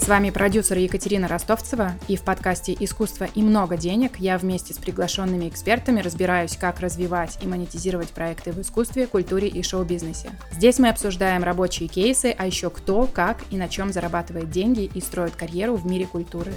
С вами продюсер Екатерина Ростовцева, и в подкасте «Искусство и много денег» я вместе с приглашенными экспертами разбираюсь, как развивать и монетизировать проекты в искусстве, культуре и шоу-бизнесе. Здесь мы обсуждаем рабочие кейсы, а еще кто, как и на чем зарабатывает деньги и строит карьеру в мире культуры.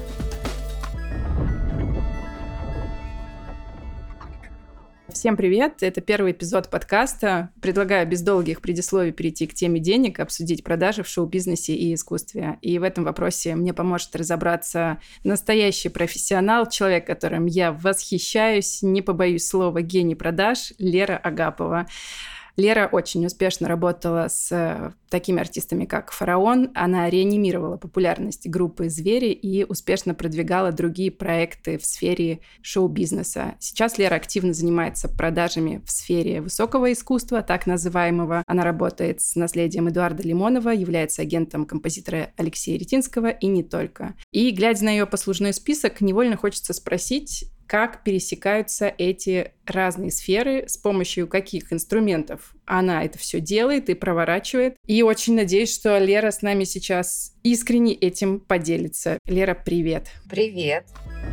Всем привет! Это первый эпизод подкаста. Предлагаю без долгих предисловий перейти к теме денег, обсудить продажи в шоу-бизнесе и искусстве. И в этом вопросе мне поможет разобраться настоящий профессионал, человек, которым я восхищаюсь, не побоюсь слова, гений продаж, Лера Агапова. Лера очень успешно работала с такими артистами, как «Фараон». Она реанимировала популярность группы «Звери» и успешно продвигала другие проекты в сфере шоу-бизнеса. Сейчас Лера активно занимается продажами в сфере высокого искусства, так называемого. Она работает с наследием Эдуарда Лимонова, является агентом композитора Алексея Ретинского и не только. И, глядя на ее послужной список, невольно хочется спросить, как пересекаются эти разные сферы, с помощью каких инструментов она это все делает и проворачивает. И очень надеюсь, что Лера с нами сейчас искренне этим поделится. Лера, привет! Привет!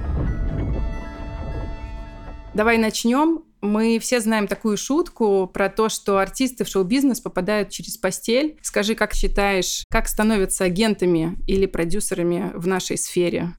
Давай начнем. Мы все знаем такую шутку про то, что артисты в шоу-бизнес попадают через постель. Скажи, как считаешь, как становятся агентами или продюсерами в нашей сфере?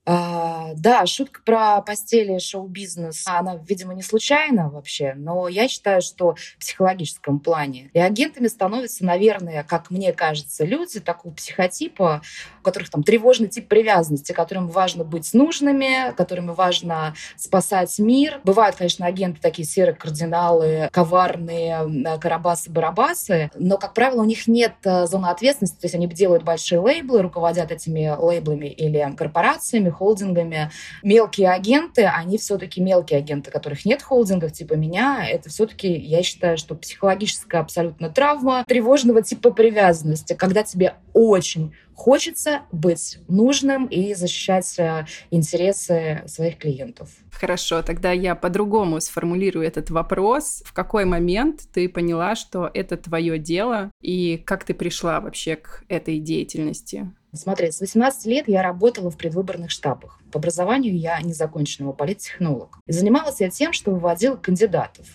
Да, шутка про постель и шоу-бизнес, она, видимо, не случайна вообще, но я считаю, что в психологическом плане. И агентами становятся, наверное, как мне кажется, люди такого психотипа, у которых там тревожный тип привязанности, которым важно быть нужными, которым важно спасать мир. Бывают, конечно, агенты такие серые кардиналы, коварные карабасы-барабасы, но, как правило, у них нет зоны ответственности, то есть они делают большие лейблы, руководят этими лейблами или корпорациями, холдингами. Мелкие агенты, они все-таки мелкие агенты, которых нет холдингов, типа меня, это все-таки, я считаю, что психологическая абсолютно травма тревожного типа привязанности, когда тебе очень хочется быть нужным и защищать интересы своих клиентов. Хорошо, тогда я по-другому сформулирую этот вопрос. В какой момент ты поняла, что это твое дело, и как ты пришла вообще к этой деятельности? Смотри, с 18 лет я работала в предвыборных штабах. По образованию я незаконченного политтехнолог. И занималась я тем, что выводила кандидатов.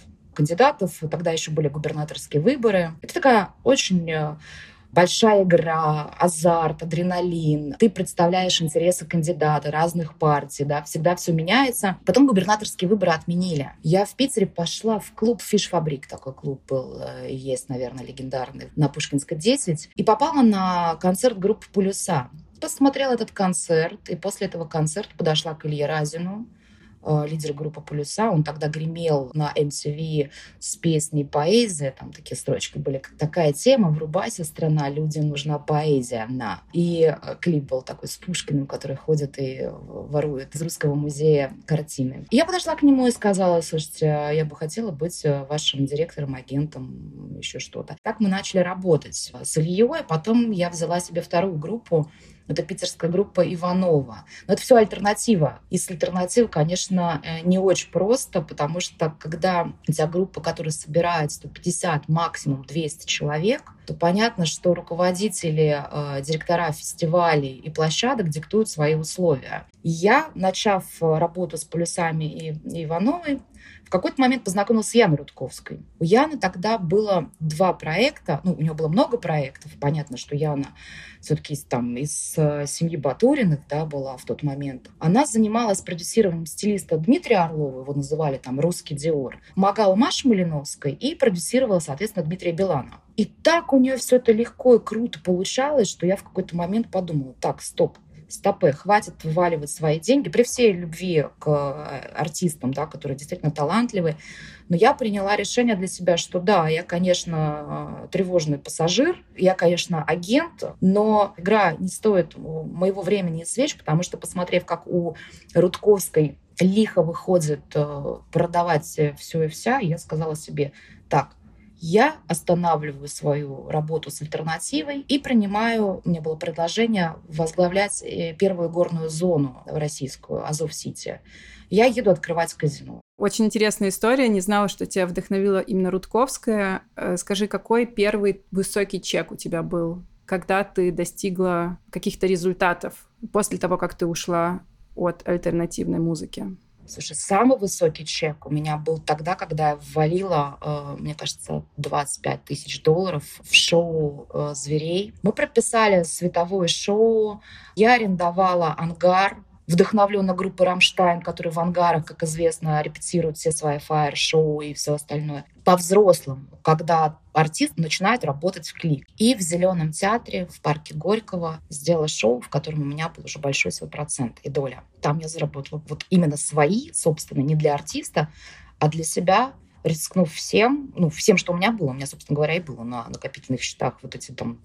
Тогда еще были губернаторские выборы. Это такая очень большая игра, азарт, адреналин. Ты представляешь интересы кандидата разных партий, да, всегда все меняется. Потом губернаторские выборы отменили. Я в Питере пошла в клуб «Фиш-фабрик», такой клуб был, есть, наверное, легендарный, на Пушкинской 10, и попала на концерт группы «Полюса». Посмотрела этот концерт, и после этого концерта подошла к Илье Разину, лидер группы «Полюса». Он тогда гремел на MTV с песней «Поэзия». Там такие строчки были. Такая тема: «Врубайся, страна, людям нужна поэзия». И клип был такой с Пушкиным, который ходит и ворует из Русского музея картины. И я подошла к нему и сказала: слушайте, я бы хотела быть вашим директором, агентом, еще что-то. Так мы начали работать с Ильей. Потом я взяла себе вторую группу. Это питерская группа «Иванова». Но это все альтернатива. И с альтернативой, конечно, не очень просто, потому что когда у тебя группа, которая собирает 150, максимум 200 человек, то понятно, что руководители, директора фестивалей и площадок диктуют свои условия. И я, начав работу с «Полюсами» и Ивановой, в какой-то момент познакомилась с Яной Рудковской. У Яны тогда было 2 проекта, у нее было много проектов. Понятно, что Яна все-таки там из семьи Батуриных, да, была в тот момент. Она занималась продюсированием стилиста Дмитрия Орлова, его называли там «Русский Диор», помогала Маше Малиновской и продюсировала, соответственно, Дмитрия Билана. И так у нее все это легко и круто получалось, что я в какой-то момент подумала: так, стопы, хватит вываливать свои деньги, при всей любви к артистам, да, которые действительно талантливые. Но я приняла решение для себя, что да, я, конечно, тревожный пассажир, я, конечно, агент, но игра не стоит моего времени и свеч, потому что, посмотрев, как у Рудковской лихо выходит продавать все и вся, я сказала себе: так, я останавливаю свою работу с альтернативой и принимаю, у меня было предложение возглавлять первую горную зону российскую, Азов-Сити. Я еду открывать казино. Очень интересная история. Не знала, что тебя вдохновила именно Рудковская. Скажи, какой первый высокий чек у тебя был когда ты достигла каких-то результатов после того, как ты ушла от альтернативной музыки? Слушай, самый высокий чек у меня был тогда, когда я ввалила, мне кажется, $25 000 в шоу «Зверей». Мы прописали световое шоу. Я арендовала ангар, вдохновленно группы «Рамштайн», которые в ангарах, как известно, репетируют все свои фаер-шоу и все остальное. По-взрослому, когда артист начинает работать в клип. И в Зеленом театре в парке Горького сделала шоу, в котором у меня был уже большой свой процент и доля. Там я заработала вот именно свои, собственно, не для артиста, а для себя, рискнув всем, всем, что у меня было. У меня, собственно говоря, и было на накопительных счетах вот эти там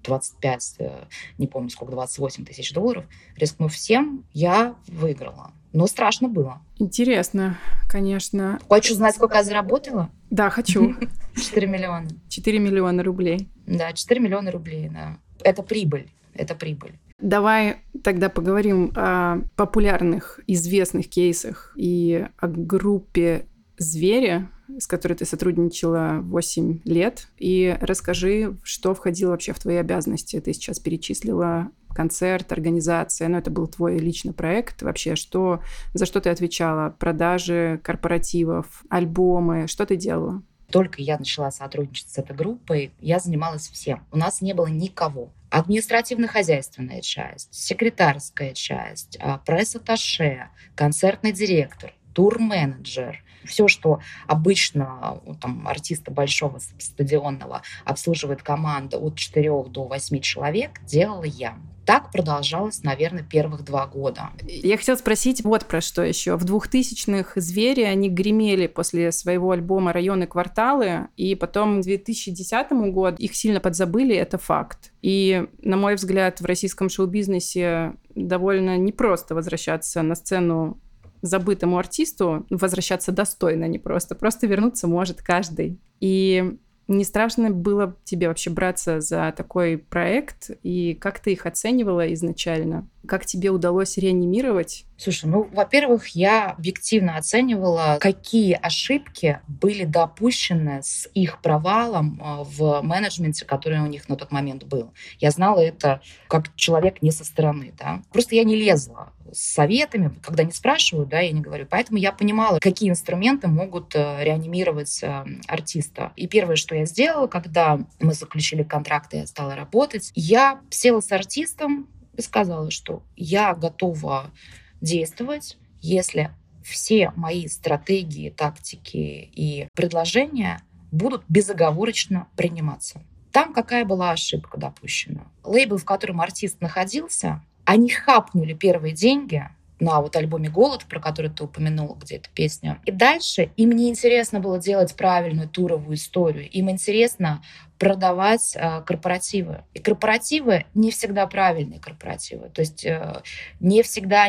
25, не помню сколько, $28 000. Рискнув всем, я выиграла. Но страшно было. Интересно, конечно. Хочешь узнать, сколько я заработала? Да, хочу. 4 миллиона. 4 миллиона рублей. Да, 4 миллиона рублей, да. Это прибыль, это прибыль. Давай тогда поговорим о популярных, известных кейсах и о группе «Звери», с которой ты сотрудничала 8 лет. И расскажи, что входило вообще в твои обязанности. Ты сейчас перечислила концерт, организация, но это был твой личный проект. Вообще, за что ты отвечала? Продажи корпоративов, альбомы? Что ты делала? Только я начала сотрудничать с этой группой, я занималась всем. У нас не было никого. Административно-хозяйственная часть, секретарская часть, пресс-атташе, концертный директор, тур-менеджер. Все, что обычно там, артиста большого стадионного обслуживает команда от 4 до 8 человек, делала я. Так продолжалось, наверное, первых 2 года. Я хотела спросить вот про что еще. В 2000-х «Звери», они гремели после своего альбома «Районы, кварталы», и потом к 2010 году их сильно подзабыли, это факт. И, на мой взгляд, в российском шоу-бизнесе довольно непросто возвращаться на сцену забытому артисту, возвращаться достойно, не просто. Просто вернуться может каждый. И не страшно было тебе вообще браться за такой проект? И как ты их оценивала изначально? Как тебе удалось реанимировать? Слушай, во-первых, я объективно оценивала, какие ошибки были допущены с их провалом в менеджменте, который у них на тот момент был. Я знала это как человек не со стороны, да. Просто я не лезла с советами, когда не спрашивают, да, я не говорю. Поэтому я понимала, какие инструменты могут реанимировать артиста. И первое, что я сделала, когда мы заключили контракт, и я стала работать, я села с артистом и сказала, что я готова действовать, если все мои стратегии, тактики и предложения будут безоговорочно приниматься. Там какая была ошибка допущена? Лейбл, в котором артист находился, они хапнули первые деньги на вот альбоме «Голод», про который ты упомянула, где эта песня. И дальше им не интересно было делать правильную туровую историю. Им интересно продавать корпоративы. И корпоративы не всегда правильные корпоративы. То есть не всегда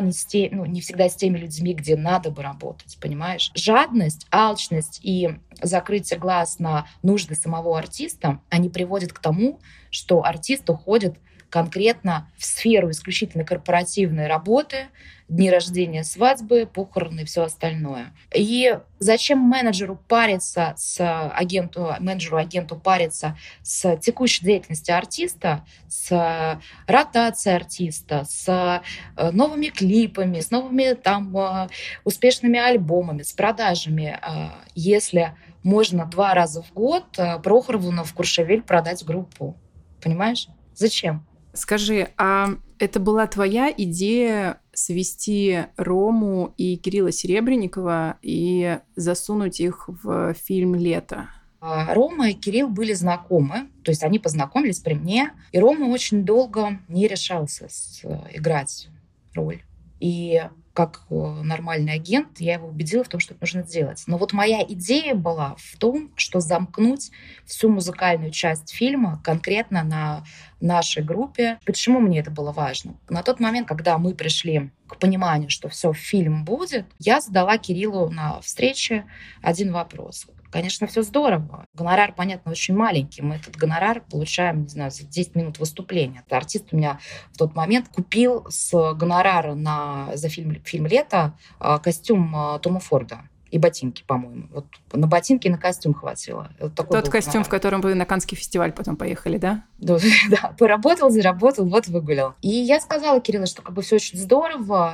с теми людьми, где надо бы работать, понимаешь? Жадность, алчность и закрытие глаз на нужды самого артиста, они приводят к тому, что артист уходит конкретно в сферу исключительно корпоративной работы, дни рождения, свадьбы, похороны и все остальное. И зачем менеджеру париться менеджеру-агенту париться с текущей деятельностью артиста, с ротацией артиста, с новыми клипами, с новыми успешными альбомами, с продажами, если можно 2 раза в год Прохорову в Куршевель продать группу. Понимаешь? Зачем? Скажи, а это была твоя идея свести Рому и Кирилла Серебренникова и засунуть их в фильм «Лето»? Рома и Кирилл были знакомы, то есть они познакомились при мне, и Рома очень долго не решался играть роль. И как нормальный агент, я его убедила в том, что это нужно сделать. Но вот моя идея была в том, что замкнуть всю музыкальную часть фильма конкретно на нашей группе. Почему мне это было важно? На тот момент, когда мы пришли к пониманию, что все, фильм будет, я задала Кириллу на встрече один вопрос. Конечно, все здорово. Гонорар, понятно, очень маленький. Мы этот гонорар получаем, не знаю, за 10 минут выступления. Артист у меня в тот момент купил с гонорара за фильм «Лето» костюм Тома Форда. и ботинки, по-моему. Вот на ботинки и на костюм хватило. Вот такой Тот был костюм, гонорар. в котором вы на Каннский фестиваль потом поехали, да? Да, да, поработал, заработал, вот выгулял. И я сказала Кириллу, что как бы все очень здорово,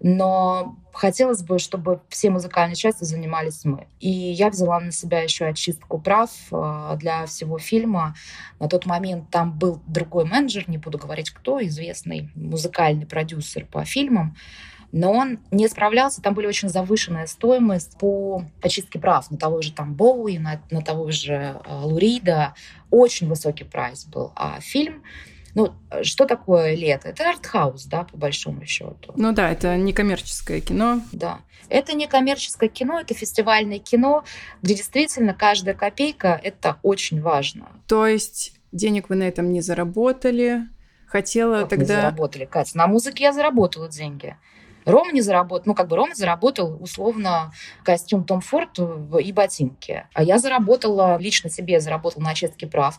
но хотелось бы, чтобы все музыкальные части занимались мы. И я взяла на себя еще очистку прав для всего фильма. На тот момент там был другой менеджер, не буду говорить кто, известный музыкальный продюсер по фильмам, но он не справлялся, там были очень завышенная стоимость по очистке прав на того же там Боуи, на того же Лурида. Очень высокий прайс был. А фильм, ну, что такое «Лето»? Это артхаус, да, по большому счету. Ну да, это не коммерческое кино. Да. Это не коммерческое кино, это фестивальное кино, где действительно каждая копейка – это очень важно. То есть денег вы на этом не заработали? Хотела Как тогда... не заработали, Катя? На музыке я заработала деньги. Рома не заработал, ну, как бы Рома заработал условно костюм Том Форд и ботинки. А я заработала, лично себе заработала на очистке прав.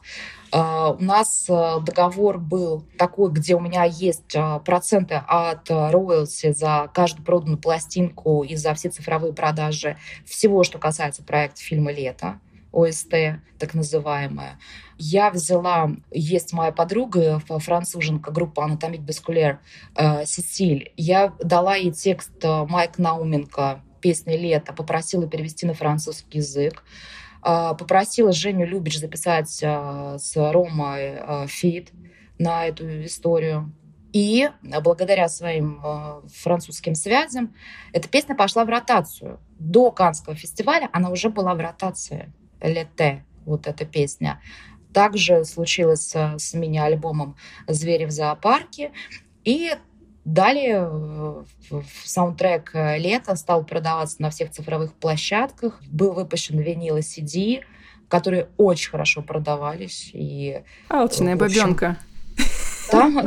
У нас договор был такой, где у меня есть проценты от роялти за каждую проданную пластинку и за все цифровые продажи всего, что касается проекта фильма «Лето». ОСТ, так называемая. Я взяла, есть моя подруга, француженка, группа «Анатомик Бескулер», Сесиль. Я дала ей текст Майка Науменко, песни «Лето», попросила перевести на французский язык. Попросила Женю Любич записать с Ромой фит на эту историю. И благодаря своим французским связям эта песня пошла в ротацию. До Каннского фестиваля она уже была в ротации. «Лете», вот эта песня. Также случилось с мини-альбомом «Звери в зоопарке». И далее саундтрек «Лето» стал продаваться на всех цифровых площадках. Был выпущен винил и CD, которые очень хорошо продавались. И, алчная бабёнка. Там,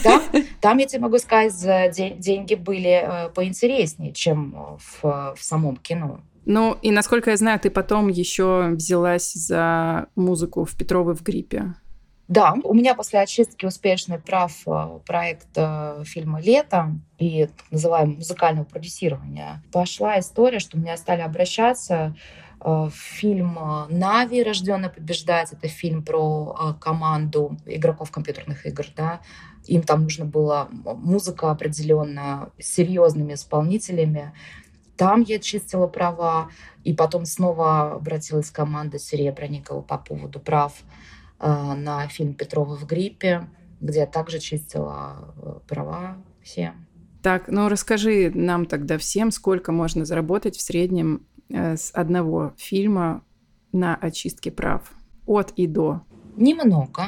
я тебе могу сказать, деньги были поинтереснее, чем в самом кино. Ну, и насколько я знаю, ты потом еще взялась за музыку в «Петровы в гриппе». Да, у меня после очистки успешный прав проект фильма «Лето» и так называемого музыкального продюсирования пошла история, что меня стали обращаться в фильм «Нави. Рожденный побеждать». Это фильм про команду игроков компьютерных игр, да. Им там нужна была музыка определенная с серьезными исполнителями. Там я чистила права, и потом снова обратилась команда Серебренникова по поводу прав на фильм «Петровы в гриппе», где я также чистила права все. Так, ну расскажи нам тогда всем, сколько можно заработать в среднем с одного фильма на очистке прав? От и до. Немного.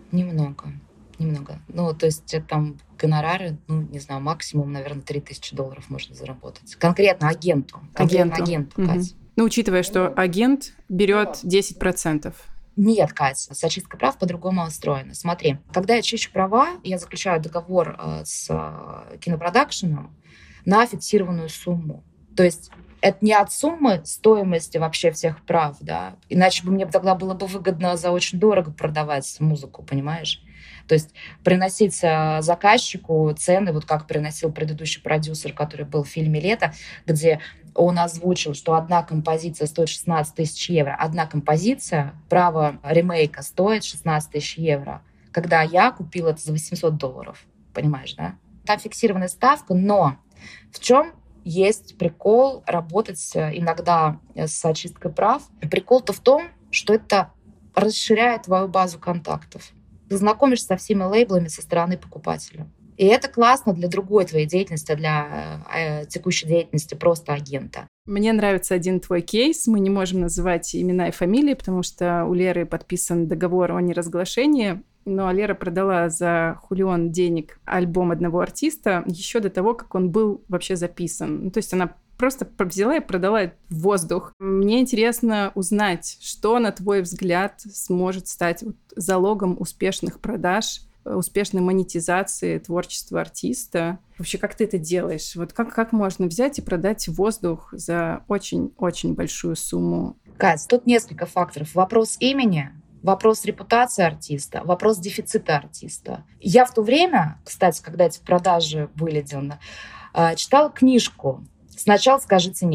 Ну, то есть там гонорары, ну, не знаю, максимум, наверное, $3000 можно заработать. Конкретно агенту. Угу. Катя. Ну, учитывая, что агент берет 10%. Нет, Катя, с очисткой прав по-другому устроено. Смотри, когда я чищу права, я заключаю договор с кинопродакшеном на фиксированную сумму. То есть это не от суммы стоимости вообще всех прав, да, иначе бы мне тогда было бы выгодно за очень дорого продавать музыку, понимаешь? То есть приносить заказчику цены, вот как приносил предыдущий продюсер, который был в фильме «Лето», где он озвучил, что одна композиция стоит 16 тысяч евро. Одна композиция, право ремейка, стоит 16 тысяч евро. Когда я купила это за $800, понимаешь, да? Там фиксированная ставка, но в чем есть прикол работать иногда с очисткой прав? Прикол-то в том, что это расширяет твою базу контактов. Ты знакомишься со всеми лейблами со стороны покупателя. И это классно для другой твоей деятельности, для текущей деятельности просто агента. Мне нравится один твой кейс. Мы не можем называть имена и фамилии, потому что у Леры подписан договор о неразглашении. Но Лера продала за хулион денег альбом одного артиста еще до того, как он был вообще записан. Ну, то есть она просто взяла и продала в воздух. Мне интересно узнать, что, на твой взгляд, сможет стать залогом успешных продаж, успешной монетизации творчества артиста. Вообще, как ты это делаешь? Вот как можно взять и продать воздух за очень-очень большую сумму? Кать, тут несколько факторов. Вопрос имени, вопрос репутации артиста, вопрос дефицита артиста. Я в то время, кстати, когда эти продажи были сделаны, читала книжку «Сначала скажите нет».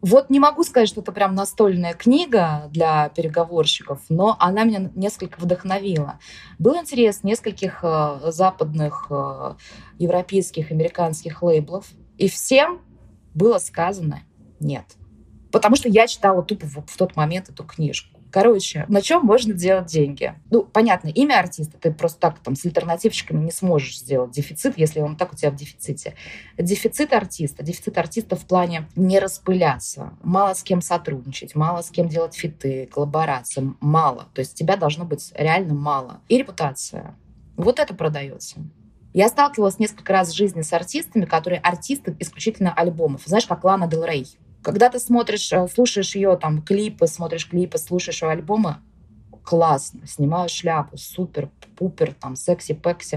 Вот не могу сказать, что это прям настольная книга для переговорщиков, но она меня несколько вдохновила. Был интерес нескольких западных, европейских, американских лейблов, и всем было сказано «нет». Потому что я читала тупо в тот момент эту книжку. Короче, на чем можно делать деньги? Ну, понятно, имя артиста ты просто так там с альтернативщиками не сможешь сделать дефицит, если он так у тебя в дефиците. Дефицит артиста в плане не распыляться, мало с кем сотрудничать, мало с кем делать фиты, коллаборации, мало. То есть тебя должно быть реально мало. И репутация. Вот это продается. Я сталкивалась несколько раз в жизни с артистами, которые артисты исключительно альбомов. Знаешь, как Лана Дель Рей. Когда ты смотришь, слушаешь ее там клипы, смотришь клипы, слушаешь ее альбомы, классно, снимаю шляпу, супер, пупер, там, секси-пекси,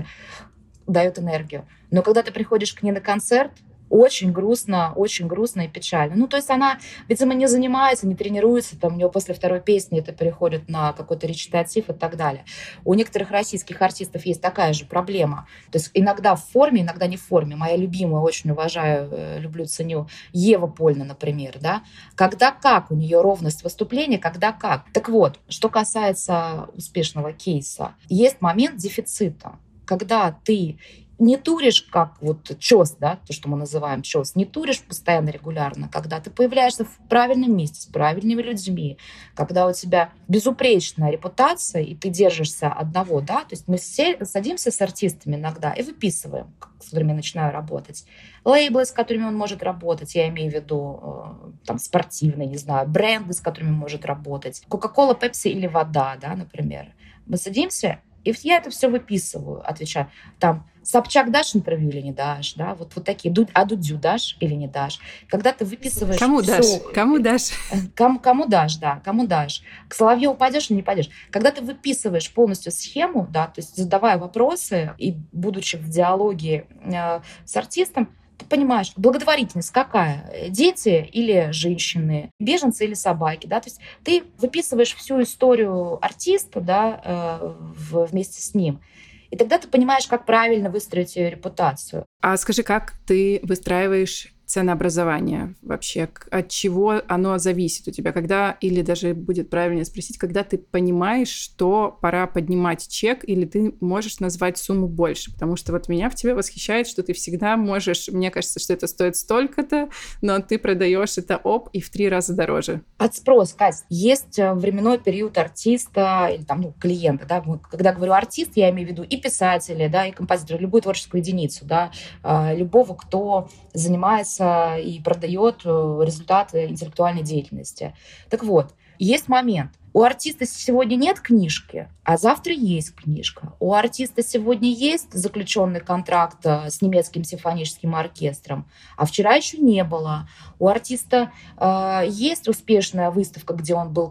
дает энергию. Но когда ты приходишь к ней на концерт, очень грустно и печально. Ну, то есть она, видимо, не занимается, не тренируется, там у нее после второй песни это переходит на какой-то речитатив и так далее. У некоторых российских артистов есть такая же проблема. То есть иногда в форме, иногда не в форме. Моя любимая, очень уважаю, люблю, ценю, Ева Польна, например, да. Когда как, у нее ровность выступления, когда как. Так вот, что касается успешного кейса, есть момент дефицита, когда ты не туришь, как вот ЧОС, да, то, что мы называем ЧОС, не туришь постоянно, регулярно, когда ты появляешься в правильном месте с правильными людьми, когда у тебя безупречная репутация, и ты держишься одного, да, то есть мы все садимся с артистами иногда и выписываем, с которыми я начинаю работать, лейблы, с которыми он может работать, я имею в виду там спортивные, не знаю, бренды, с которыми он может работать, Кока-кола, Пепси или вода, да, например. Мы садимся, и я это все выписываю, отвечаю, там, Собчак дашь интервью или не дашь, да, вот такие, Дудю дашь или не дашь. Когда ты выписываешь Кому все, дашь? Кому дашь? кому дашь, да, кому дашь. К Соловьеву пойдешь или не пойдешь. Когда ты выписываешь полностью схему, да, то есть задавая вопросы и будучи в диалоге с артистом, ты понимаешь, благотворительность какая? Дети или женщины, беженцы или собаки, да, то есть ты выписываешь всю историю артиста, да, вместе с ним. И тогда ты понимаешь, как правильно выстроить ее репутацию. А скажи, как ты выстраиваешь ценообразование вообще? От чего оно зависит у тебя? Когда, или даже будет правильнее спросить, когда ты понимаешь, что пора поднимать чек, или ты можешь назвать сумму больше? Потому что вот меня в тебе восхищает, что ты всегда можешь, мне кажется, что это стоит столько-то, но ты продаешь это и в 3 раза дороже. От спроса, Кать, есть временной период артиста или там, клиента, да, когда говорю артист, я имею в виду и писателя, да, и композитора, любую творческую единицу, да, любого, кто занимается и продает результаты интеллектуальной деятельности. Так вот, есть момент. У артиста сегодня нет книжки, а завтра есть книжка. У артиста сегодня есть заключенный контракт с немецким симфоническим оркестром, а вчера еще не было. У артиста есть успешная выставка, где он был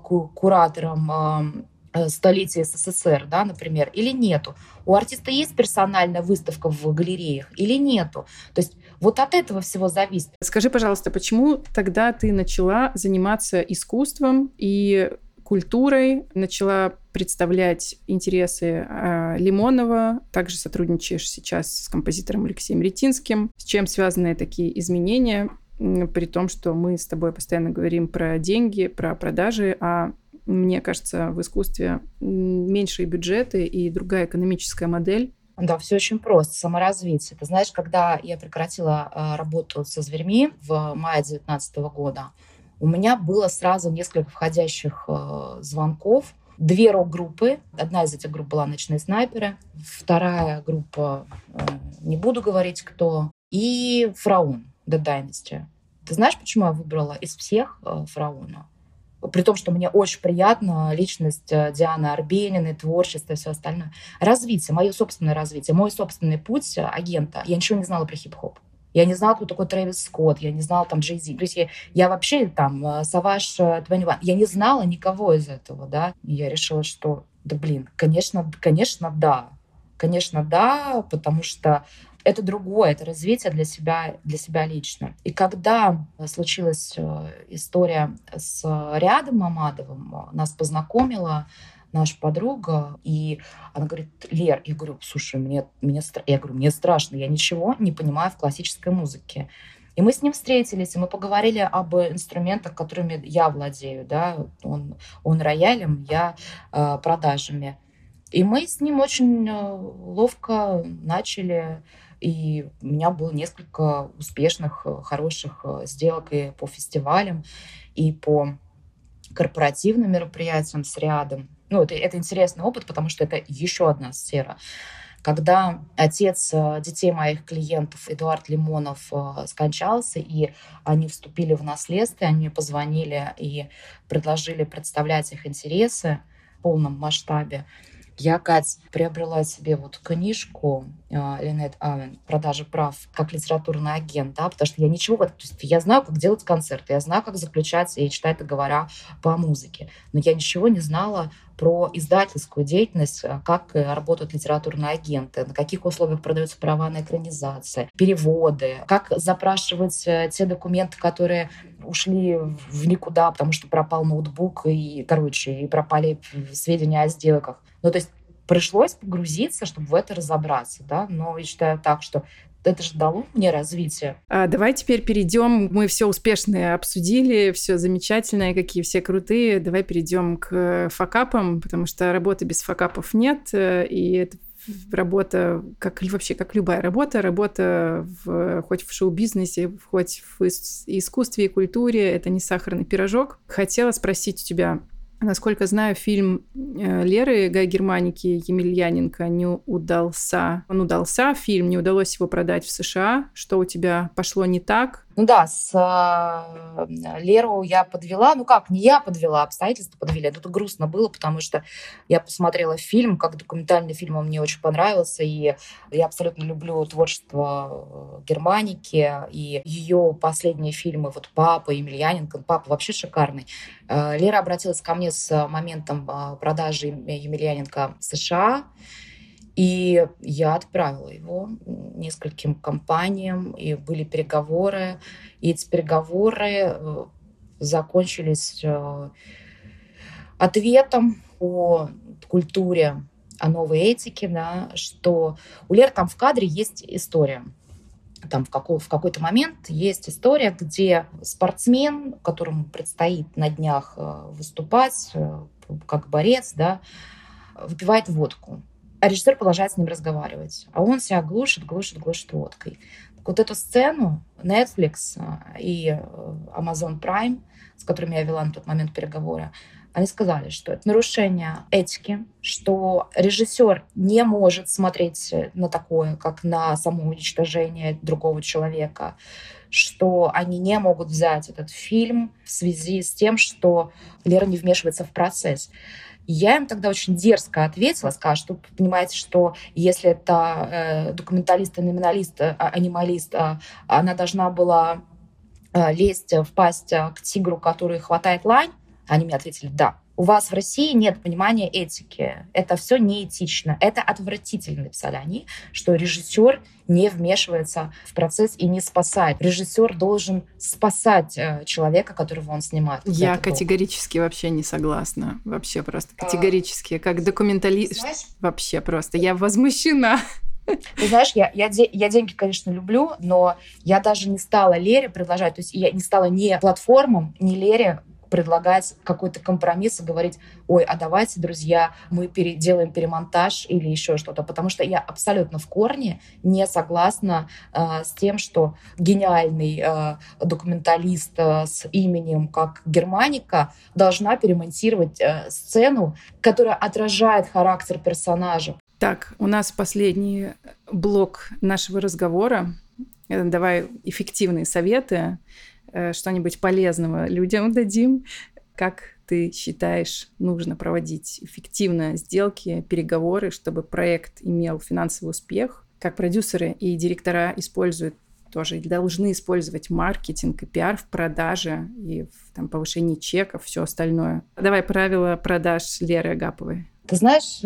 куратором столетия СССР, да, например, или нету. У артиста есть персональная выставка в галереях или нету. То есть вот от этого всего зависит. Скажи, пожалуйста, почему тогда ты начала заниматься искусством и культурой, начала представлять интересы Лимонова, также сотрудничаешь сейчас с композитором Алексеем Ретинским. С чем связаны такие изменения, при том, что мы с тобой постоянно говорим про деньги, про продажи, а мне кажется, в искусстве меньшие бюджеты и другая экономическая модель. Да, все очень просто. Саморазвитие. Ты знаешь, когда я прекратила работу со зверьми в мае 2019 года, у меня было сразу несколько входящих звонков. 2 рок-группы. Одна из этих групп была «Ночные снайперы», вторая группа, не буду говорить кто, и «Фараон» The Dynasty. Ты знаешь, почему я выбрала из всех «Фараона»? При том, что мне очень приятно личность Дианы Арбениной, творчество и все остальное. Развитие, мое собственное развитие, мой собственный путь агента. Я ничего не знала про хип-хоп. Я не знала, кто такой Трэвис Скотт, я не знала там Джей Зи. То есть я вообще там Саваш 21. Я не знала никого из этого, да. И я решила, что, да блин, конечно, да. Конечно, да, потому что это другое, это развитие для себя лично. И когда случилась история с Рядом Мамадовым, нас познакомила наша подруга, и она говорит: Лер, я говорю, слушай, мне страшно, я ничего не понимаю в классической музыке. И мы с ним встретились, и мы поговорили об инструментах, которыми я владею, да, он роялем, я продажами. И мы с ним очень ловко начали, и у меня было несколько успешных, хороших сделок и по фестивалям, и по корпоративным мероприятиям с рядом. Ну, это интересный опыт, потому что это еще одна сфера. Когда отец детей моих клиентов, Эдуард Лимонов, скончался, и они вступили в наследство, они мне позвонили и предложили представлять их интересы в полном масштабе, я, Кать, приобрела себе вот книжку Линет Авен «Продажа прав» как литературный агент, да, потому что я ничего... То есть я знаю, как делать концерты, я знаю, как заключать и читать договора по музыке, но я ничего не знала про издательскую деятельность, как работают литературные агенты, на каких условиях продаются права на экранизации, переводы, как запрашивать те документы, которые ушли в никуда, потому что пропал ноутбук и пропали сведения о сделках. Ну, то есть пришлось погрузиться, чтобы в это разобраться, да, но я считаю так, что это же дало мне развитие. Давай теперь перейдем. Мы все успешное обсудили, все замечательное, какие все крутые. Давай перейдем к факапам, потому что работы без факапов нет, и это работа, как любая работа хоть в шоу-бизнесе, хоть в искусстве и культуре, это не сахарный пирожок. Хотела спросить у тебя, насколько знаю, фильм Леры Гай Германики «Емельяненко» не удался. Он удался, фильм, не удалось его продать в США. Что у тебя пошло не так? Ну да, с Леру я подвела. Ну как, не я подвела, обстоятельства подвели. Это грустно было, потому что я посмотрела фильм, как документальный фильм, он мне очень понравился, и я абсолютно люблю творчество Германики, и ее последние фильмы, вот «Папа», «Емельяненко», «Папа» вообще шикарный. Лера обратилась ко мне с моментом продажи Емельяненко в США, и я отправила его нескольким компаниям, и были переговоры. И эти переговоры закончились ответом о культуре, о новой этике, да, что у Леры там в кадре есть история. Там в какой-то момент есть история, где спортсмен, которому предстоит на днях выступать как борец, да, выпивает водку. А режиссер продолжает с ним разговаривать. А он себя глушит водкой. Так вот эту сцену Netflix и Amazon Prime, с которыми я вела на тот момент переговоры, они сказали, что это нарушение этики, что режиссер не может смотреть на такое, как на самоуничтожение другого человека, что они не могут взять этот фильм в связи с тем, что Лера не вмешивается в процесс. Я им тогда очень дерзко ответила, сказала, что понимаете, что если это документалист, анималист, она должна была лезть в пасть к тигру, который хватает лань. Они мне ответили: да. У вас в России нет понимания этики. Это все неэтично. Это отвратительно, написали они, что режиссер не вмешивается в процесс и не спасает. Режиссер должен спасать человека, которого он снимает. Я категорически вообще не согласна. Вообще просто категорически. Как документалист вообще просто. Я возмущена. Ты знаешь, я деньги, конечно, люблю, но я даже не стала Лере предложать, то есть я не стала ни платформам, ни Лере предлагать какой-то компромисс и говорить: ой, а давайте, друзья, мы делаем перемонтаж или еще что-то. Потому что я абсолютно в корне не согласна с тем, что гениальный документалист с именем как Германика должна перемонтировать сцену, которая отражает характер персонажа. Так, у нас последний блок нашего разговора. Давай эффективные советы. Что-нибудь полезного людям дадим. Как ты считаешь, нужно проводить эффективно сделки, переговоры, чтобы проект имел финансовый успех? Как продюсеры и директора используют тоже, должны использовать маркетинг и пиар в продаже и в повышении чеков, все остальное. Давай правила продаж Леры Агаповой. Ты знаешь,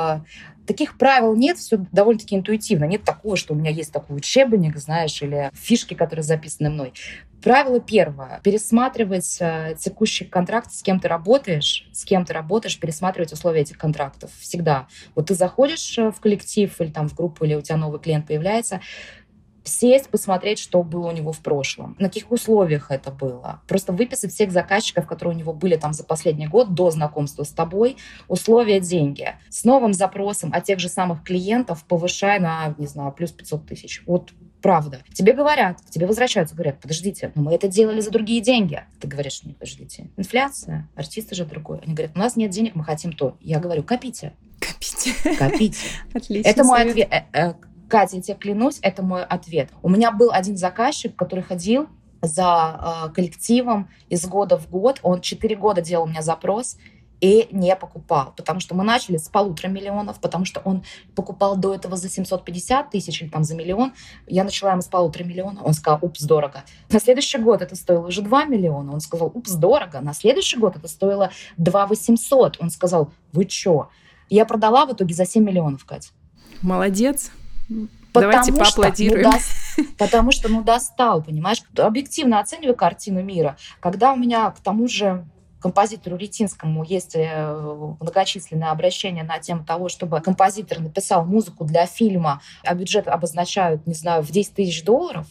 таких правил нет, все довольно-таки интуитивно. Нет такого, что у меня есть такой учебник, знаешь, или фишки, которые записаны мной. Правило первое. Пересматривать текущий контракт, с кем ты работаешь, пересматривать условия этих контрактов. Всегда. Вот ты заходишь в коллектив или в группу, или у тебя новый клиент появляется, сесть, посмотреть, что было у него в прошлом, на каких условиях это было. Просто выписать всех заказчиков, которые у него были там за последний год до знакомства с тобой, условия, деньги. С новым запросом от тех же самых клиентов повышай на, не знаю, плюс 500 тысяч. Вот правда. Тебе говорят, к тебе возвращаются, говорят, подождите, но мы это делали за другие деньги. Ты говоришь, нет, подождите, инфляция, артисты же другой. Они говорят, у нас нет денег, мы хотим то. Я говорю, копите. Копите. Копите. Отлично. Это мой ответ. Катя, я тебе клянусь, это мой ответ. У меня был один заказчик, который ходил за коллективом из года в год. Он 4 года делал у меня запрос и не покупал. Потому что мы начали с 1,5 миллиона, потому что он покупал до этого за 750 тысяч или там за миллион. Я начала ему с 1,5 миллиона. Он сказал, упс, дорого. На следующий год это стоило уже 2 миллиона. Он сказал, упс, дорого. На следующий год это стоило 2 800. Он сказал, вы чё? Я продала в итоге за 7 миллионов, Катя. Молодец. Давайте поаплодируем. Потому что, достал, понимаешь? Объективно оцениваю картину мира. Когда у меня, к тому же, композитору Ретинскому есть многочисленные обращения на тему того, чтобы композитор написал музыку для фильма, а бюджет обозначают, не знаю, в 10 тысяч долларов,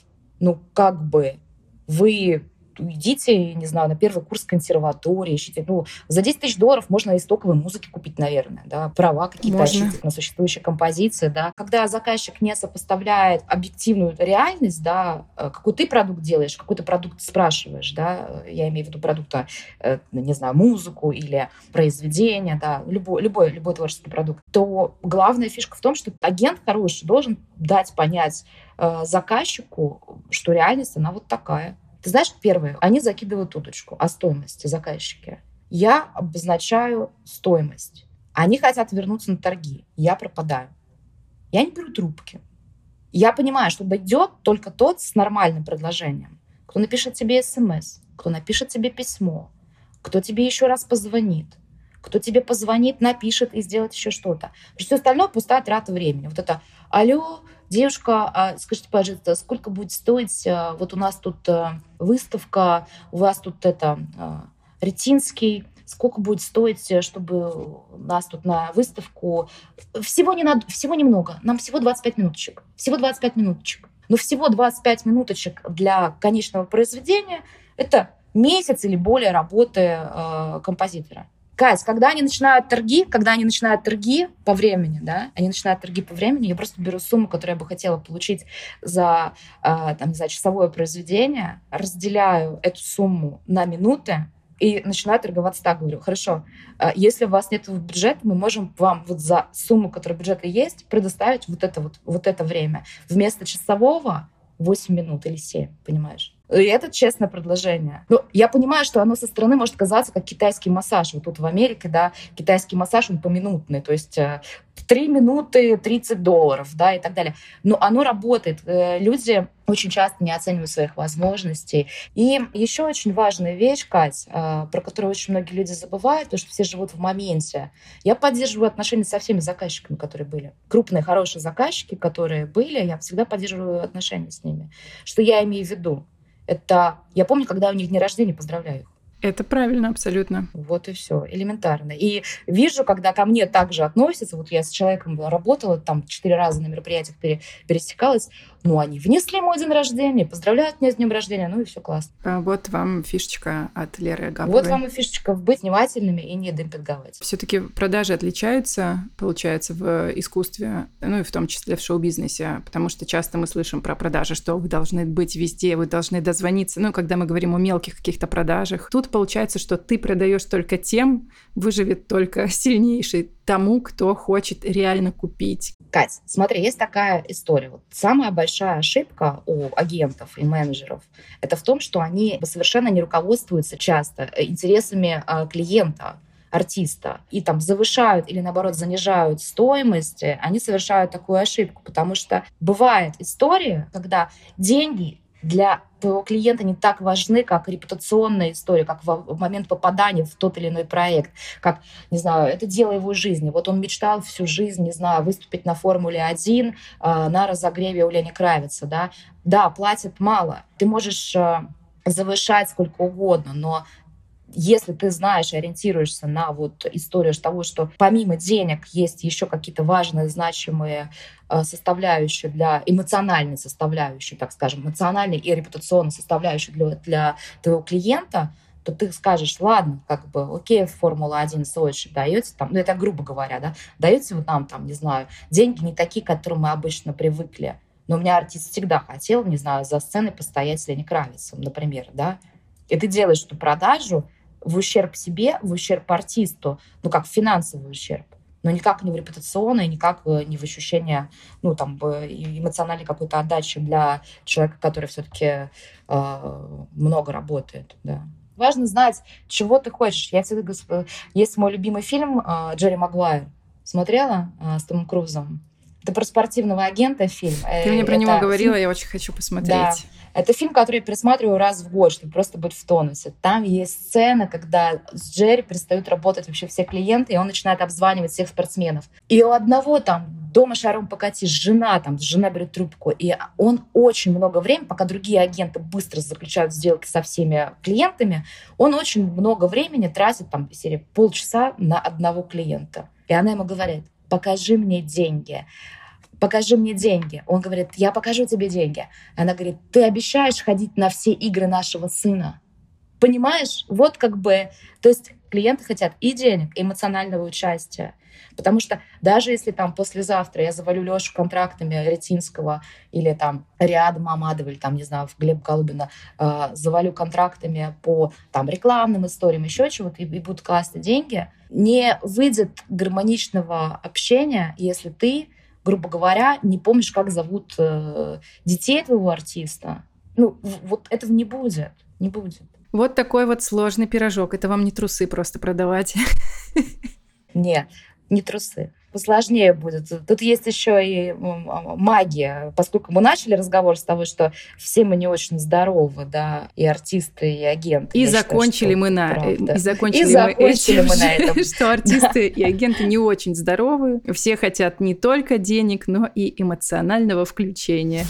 вы идите, не знаю, на первый курс консерватории, ищите. За 10 тысяч долларов можно и стоковой музыки купить, наверное, да, права какие-то ощутить на существующие композиции, да. Когда заказчик не сопоставляет объективную реальность, да, какой ты продукт делаешь, какой ты продукт спрашиваешь, да, я имею в виду продукта, не знаю, музыку или произведение, да, любой творческий продукт, то главная фишка в том, что агент хороший должен дать понять заказчику, что реальность, она вот такая. Ты знаешь, первое, они закидывают удочку о стоимости заказчики. Я обозначаю стоимость. Они хотят вернуться на торги. Я пропадаю. Я не беру трубки. Я понимаю, что дойдет только тот с нормальным предложением, кто напишет тебе смс, кто напишет тебе письмо, кто тебе еще раз позвонит, кто тебе позвонит, напишет и сделает еще что-то. Все остальное пустая трата времени. Вот это «Алло, девушка, скажите, пожалуйста, сколько будет стоить, вот у нас тут выставка, у вас тут Ретинский, сколько будет стоить, чтобы нас тут на выставку...» Всего немного, нам всего 25 минуточек. Всего 25 минуточек. Но всего 25 минуточек для конечного произведения — это месяц или более работы композитора. Кать, когда они начинают торги по времени, да, я просто беру сумму, которую я бы хотела получить за, часовое произведение, разделяю эту сумму на минуты и начинаю торговаться так. Говорю, хорошо, если у вас нет бюджета, мы можем вам вот за сумму, которая бюджета есть, предоставить вот это время. Вместо часового 8 минут или 7, понимаешь? И это честное предложение. Но я понимаю, что оно со стороны может казаться как китайский массаж. Вот тут в Америке, да, китайский массаж, он поминутный. То есть 3 минуты $30, да, и так далее. Но оно работает. Люди очень часто не оценивают своих возможностей. И еще очень важная вещь, Кать, про которую очень многие люди забывают, потому что все живут в моменте. Я поддерживаю отношения со всеми заказчиками, которые были. Крупные, хорошие заказчики, которые были, я всегда поддерживаю отношения с ними. Что я имею в виду? Это я помню, когда у них день рождения, поздравляю их. Это правильно, абсолютно. Вот и все, элементарно. И вижу, когда ко мне также относятся, вот я с человеком работала, там 4 раза на мероприятиях пересекалась, они внесли мой день рождения, поздравляют меня с днем рождения, и все классно. Вот вам фишечка от Леры Агаповой. Вот вам и фишечка быть внимательными и не демпинговать. Все-таки продажи отличаются, получается, в искусстве, и в том числе в шоу-бизнесе, потому что часто мы слышим про продажи, что вы должны быть везде, вы должны дозвониться. Когда мы говорим о мелких каких-то продажах, тут получается, что ты продаешь только тем, выживет только сильнейший, тому, кто хочет реально купить. Кать, смотри, есть такая история. Вот самая большая ошибка у агентов и менеджеров — это в том, что они совершенно не руководствуются часто интересами клиента, артиста, и завышают или, наоборот, занижают стоимость. Они совершают такую ошибку, потому что бывает история, когда деньги для твоего клиента не так важны, как репутационная история, как в момент попадания в тот или иной проект, как, не знаю, это дело его жизни. Вот он мечтал всю жизнь, не знаю, выступить на Формуле-1 на разогреве у Лени Кравица, да. Да, платят мало. Ты можешь завышать сколько угодно, но Если ты знаешь и ориентируешься на вот историю того, что помимо денег есть еще какие-то важные, значимые составляющие для эмоциональной составляющей, так скажем, эмоциональной и репутационной составляющей для твоего клиента, то ты скажешь, ладно, как бы, окей, Формула-1 Сочи даете, там, ну, это грубо говоря, да, даете вы нам, там, не знаю, деньги не такие, к которым мы обычно привыкли, но у меня артист всегда хотел, не знаю, за сценой постоять с Леней Кравицем, например, да, и ты делаешь эту продажу в ущерб себе, в ущерб артисту, ну, как финансовый ущерб, но никак не в репутационное, никак не в ощущение, ну, там, эмоциональной какой-то отдачи для человека, который все-таки много работает, да. Важно знать, чего ты хочешь. Я всегда говорю, есть мой любимый фильм «Джерри Магуайр». Смотрела с Томом Крузом? Это про спортивного агента фильм. Ты мне про него говорила, я очень хочу посмотреть. Да. Это фильм, который я пересматриваю раз в год, чтобы просто быть в тонусе. Там есть сцена, когда с Джерри перестают работать вообще все клиенты, и он начинает обзванивать всех спортсменов. И у одного там дома шаром покати, жена берет трубку, и он очень много времени, пока другие агенты быстро заключают сделки со всеми клиентами, он очень много времени тратит, там, в серии полчаса на одного клиента. И она ему говорит: покажи мне деньги. Покажи мне деньги. Он говорит: я покажу тебе деньги. Она говорит: ты обещаешь ходить на все игры нашего сына? Понимаешь? Вот как бы... То есть клиенты хотят и денег, и эмоционального участия. Потому что даже если там послезавтра я завалю Лешу контрактами Ретинского или там Риада Мамадова или там, не знаю, Глеба Голубина, завалю контрактами по там рекламным историям, еще чего-то, и будут классные деньги, не выйдет гармоничного общения, если ты, грубо говоря, не помнишь, как зовут детей твоего артиста. Ну, вот этого не будет. Не будет. Вот такой вот сложный пирожок. Это вам не трусы просто продавать. Нет, не трусы. Посложнее будет. Тут есть еще и магия. Поскольку мы начали разговор с того, что все мы не очень здоровы, да, и артисты, и агенты. И закончили мы на этом, что артисты и агенты не очень здоровы. Все хотят не только денег, но и эмоционального включения.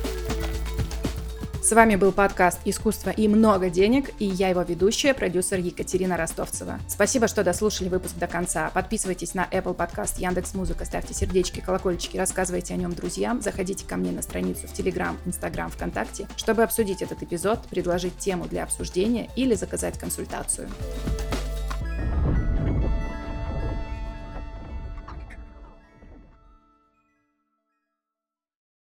С вами был подкаст «Искусство и много денег», и я его ведущая, продюсер Екатерина Ростовцева. Спасибо, что дослушали выпуск до конца. Подписывайтесь на Apple Podcast, Яндекс.Музыка, ставьте сердечки, колокольчики, рассказывайте о нем друзьям, заходите ко мне на страницу в Telegram, Instagram, ВКонтакте, чтобы обсудить этот эпизод, предложить тему для обсуждения или заказать консультацию.